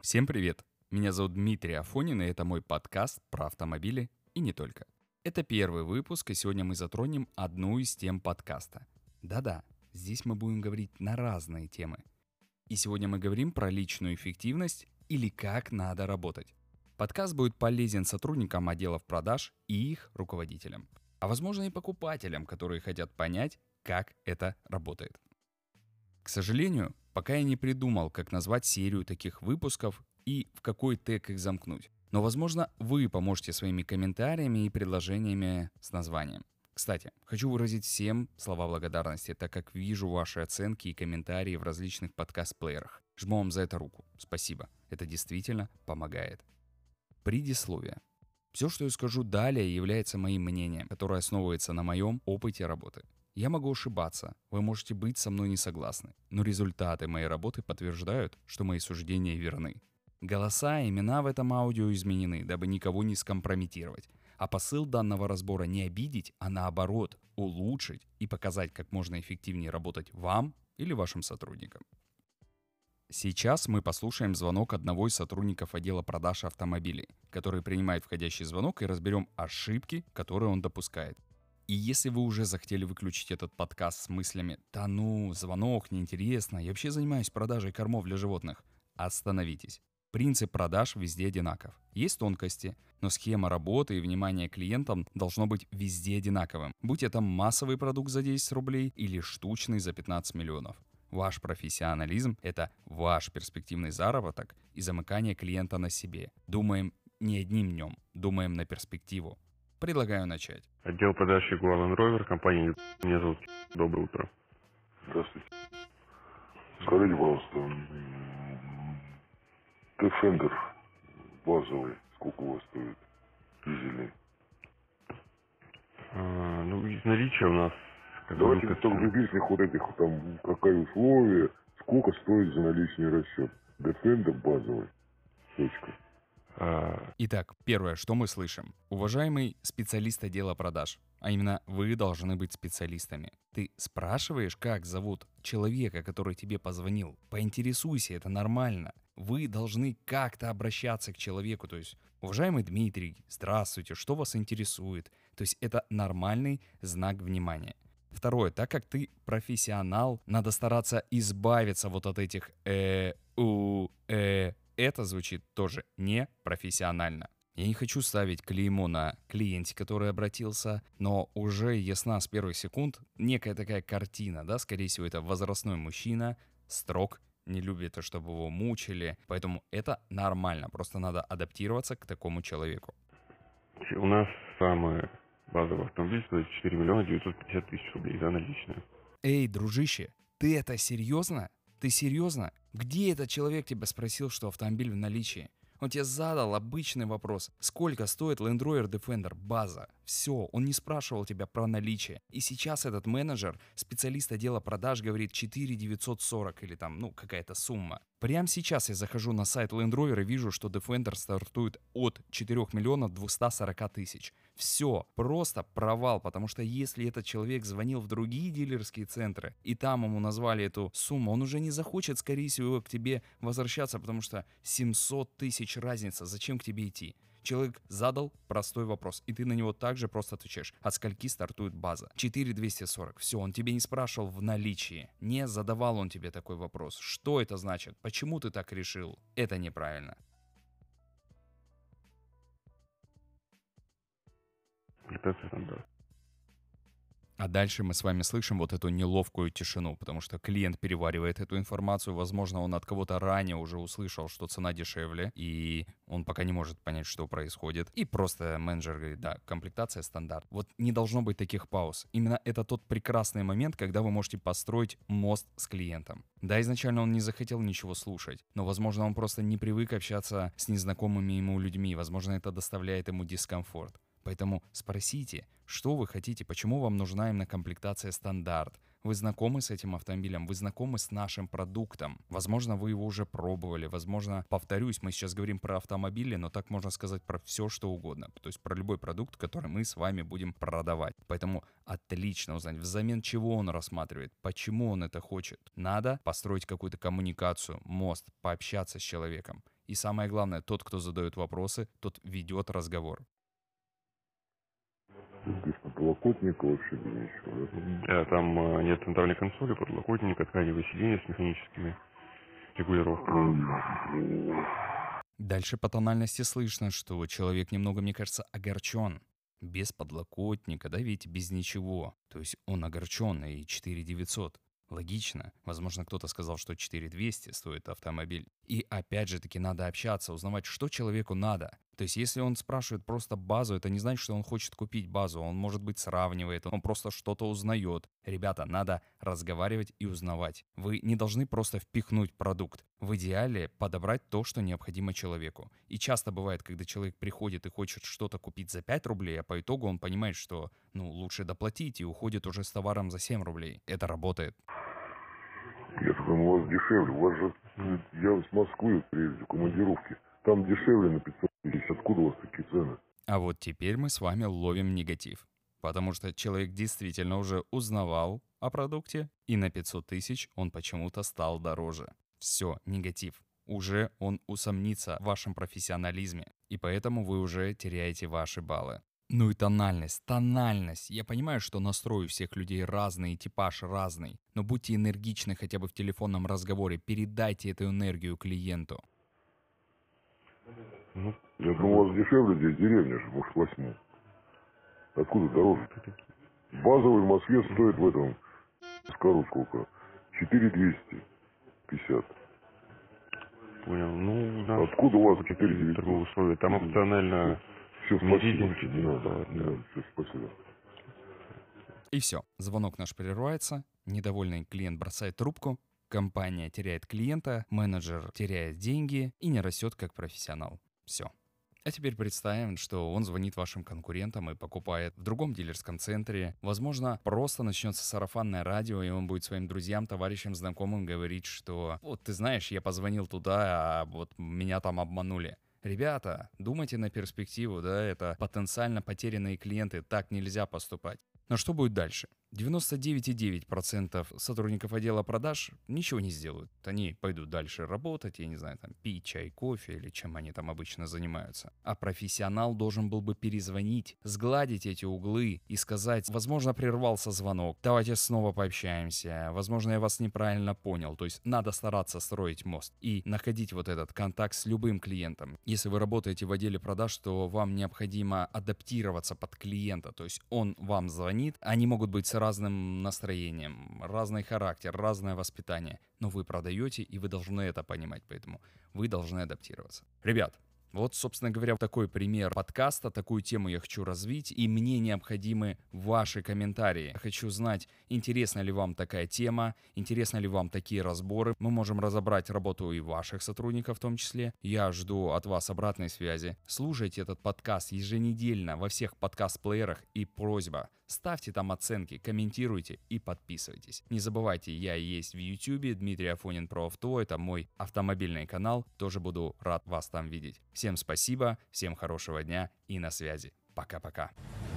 Всем привет! Меня зовут Дмитрий Афонин, и это мой подкаст про автомобили и не только. Это первый выпуск, и сегодня мы затронем одну из тем подкаста. Да-да, здесь мы будем говорить на разные темы. И сегодня мы говорим про личную эффективность или как надо работать. Подкаст будет полезен сотрудникам отделов продаж и их руководителям, а возможно и покупателям, которые хотят понять, как это работает. К сожалению, пока я не придумал, как назвать серию таких выпусков и в какой тег их замкнуть. Но, возможно, вы поможете своими комментариями и предложениями с названием. Кстати, хочу выразить всем слова благодарности, так как вижу ваши оценки и комментарии в различных подкаст-плеерах. Жму вам за это руку. Спасибо. Это действительно помогает. Предисловие. Все, что я скажу далее, является моим мнением, которое основывается на моем опыте работы. Я могу ошибаться, вы можете быть со мной не согласны, но результаты моей работы подтверждают, что мои суждения верны. Голоса и имена в этом аудио изменены, дабы никого не скомпрометировать. А посыл данного разбора не обидеть, а наоборот, улучшить и показать, как можно эффективнее работать вам или вашим сотрудникам. Сейчас мы послушаем звонок одного из сотрудников отдела продаж автомобилей, который принимает входящий звонок, и разберем ошибки, которые он допускает. И если вы уже захотели выключить этот подкаст с мыслями «Да ну, звонок, неинтересно, я вообще занимаюсь продажей кормов для животных», остановитесь. Принцип продаж везде одинаков. Есть тонкости, но схема работы и внимание к клиентам должно быть везде одинаковым. Будь это массовый продукт за 10 рублей или штучный за 15 миллионов. Ваш профессионализм – это ваш перспективный заработок и замыкание клиента на себе. Думаем не одним днем, думаем на перспективу. Предлагаю начать. Отдел продаж Jaguar Land Rover, компания. Меня зовут. Доброе утро. Здравствуйте. Скажите, пожалуйста, Defender базовый, сколько у вас стоит? Дизельный. Из наличия у нас... Давайте без лишних вот этих, там, какие условия, сколько стоит за наличный расчет. Defender базовый. Точка. Итак, первое, что мы слышим. Уважаемый специалист отдела продаж, а именно вы должны быть специалистами. Ты спрашиваешь, как зовут человека, который тебе позвонил? Поинтересуйся, это нормально. Вы должны как-то обращаться к человеку, то есть, уважаемый Дмитрий, здравствуйте, что вас интересует? То есть это нормальный знак внимания. Второе, так как ты профессионал, надо стараться избавиться вот от этих Это звучит тоже непрофессионально. Я не хочу ставить клеймо на клиенте, который обратился, но уже ясна с первых секунд некая такая картина, да, скорее всего, это возрастной мужчина, строг, не любит, чтобы его мучили, поэтому это нормально, просто надо адаптироваться к такому человеку. У нас самый базовый автомобиль стоит 4 миллиона 950 тысяч рублей за наличные. Эй, дружище, ты это серьезно? Ты серьезно? Где этот человек тебя спросил, что автомобиль в наличии? Он тебе задал обычный вопрос. Сколько стоит Land Rover Defender база? Все, он не спрашивал тебя про наличие. И сейчас этот менеджер, специалист отдела продаж, говорит 4 940 или там, какая-то сумма. Прямо сейчас я захожу на сайт Land Rover и вижу, что Defender стартует от 4 миллионов 240 тысяч. Все, просто провал, потому что если этот человек звонил в другие дилерские центры, и там ему назвали эту сумму, он уже не захочет, скорее всего, к тебе возвращаться, потому что 700 тысяч разница, зачем к тебе идти? Человек задал простой вопрос, и ты на него также просто отвечаешь. От скольки стартует база? 4240. Все, он тебе не спрашивал в наличии. Не задавал он тебе такой вопрос. Что это значит? Почему ты так решил? Это неправильно. Комплектация стандарт. А дальше мы с вами слышим вот эту неловкую тишину, потому что клиент переваривает эту информацию. Возможно, он от кого-то ранее уже услышал, что цена дешевле, и он пока не может понять, что происходит. И просто менеджер говорит, да, комплектация стандарт. Вот не должно быть таких пауз. Именно это тот прекрасный момент, когда вы можете построить мост с клиентом. Да, изначально он не захотел ничего слушать, но, возможно, он просто не привык общаться с незнакомыми ему людьми. Возможно, это доставляет ему дискомфорт. Поэтому спросите, что вы хотите, почему вам нужна именно комплектация стандарт. Вы знакомы с этим автомобилем, вы знакомы с нашим продуктом. Возможно, вы его уже пробовали, возможно, повторюсь, мы сейчас говорим про автомобили, но так можно сказать про все, что угодно. То есть про любой продукт, который мы с вами будем продавать. Поэтому отлично узнать, взамен чего он рассматривает, почему он это хочет. Надо построить какую-то коммуникацию, мост, пообщаться с человеком. И самое главное, тот, кто задает вопросы, тот ведет разговор. Без подлокотника вообще без ничего, да? Да, там нет центральной консоли, подлокотника, тканевые сиденья с механическими регулировками. Дальше по тональности слышно, что человек немного, мне кажется, огорчен. Без подлокотника, да, ведь без ничего. То есть он огорчен, и 4900. Логично. Возможно, кто-то сказал, что 4200 стоит автомобиль. И опять же таки надо общаться, узнавать, что человеку надо. То есть если он спрашивает просто базу, это не значит, что он хочет купить базу. Он, может быть, сравнивает, он просто что-то узнает. Ребята, надо разговаривать и узнавать. Вы не должны просто впихнуть продукт. В идеале подобрать то, что необходимо человеку. И часто бывает, когда человек приходит и хочет что-то купить за 5 рублей, а по итогу он понимает, что лучше доплатить и уходит уже с товаром за 7 рублей. Это работает. Я думаю, у вас дешевле. У вас же, я с Москвы приезжу, командировки. Там дешевле на 500 тысяч. Откуда у вас такие цены? А вот теперь мы с вами ловим негатив. Потому что человек действительно уже узнавал о продукте, и на 500 тысяч он почему-то стал дороже. Все, негатив. Уже он усомнится в вашем профессионализме, и поэтому вы уже теряете ваши баллы. Ну и тональность. Я понимаю, что настрой у всех людей разный, типаж разный, но будьте энергичны хотя бы в телефонном разговоре, передайте эту энергию клиенту. Я думаю, у вас дешевле здесь деревня же, может, 8. Откуда дороже? Базовый в Москве стоит в этом, скажу сколько, 4250. Понял. Да. Откуда у вас 4900? Торговые условия. Там опционально... Все, спасибо. Не надо. Все, спасибо. И все, звонок наш прерывается, недовольный клиент бросает трубку, компания теряет клиента, менеджер теряет деньги и не растет как профессионал. Все. А теперь представим, что он звонит вашим конкурентам и покупает в другом дилерском центре. Возможно, просто начнется сарафанное радио, и он будет своим друзьям, товарищам, знакомым говорить, что вот ты знаешь, я позвонил туда, а вот меня там обманули. Ребята, думайте на перспективу, да, это потенциально потерянные клиенты, так нельзя поступать. Но что будет дальше? 99,9% сотрудников отдела продаж ничего не сделают. Они пойдут дальше работать, я не знаю, там, пить чай, кофе или чем они там обычно занимаются. А профессионал должен был бы перезвонить, сгладить эти углы и сказать, возможно, прервался звонок, давайте снова пообщаемся, возможно, я вас неправильно понял. То есть надо стараться строить мост и находить вот этот контакт с любым клиентом. Если вы работаете в отделе продаж, то вам необходимо адаптироваться под клиента, то есть он вам звонит, они могут быть с разным настроением, разный характер, разное воспитание. Но вы продаете, и вы должны это понимать, поэтому вы должны адаптироваться. Ребят, вот, собственно говоря, такой пример подкаста, такую тему я хочу развить, и мне необходимы ваши комментарии. Я хочу знать, интересна ли вам такая тема, интересны ли вам такие разборы. Мы можем разобрать работу и ваших сотрудников в том числе. Я жду от вас обратной связи. Слушайте этот подкаст еженедельно во всех подкаст-плеерах, и просьба, ставьте там оценки, комментируйте и подписывайтесь. Не забывайте, я есть в YouTube, Дмитрий Афонин про авто, это мой автомобильный канал, тоже буду рад вас там видеть. Всем спасибо, всем хорошего дня и на связи. Пока-пока.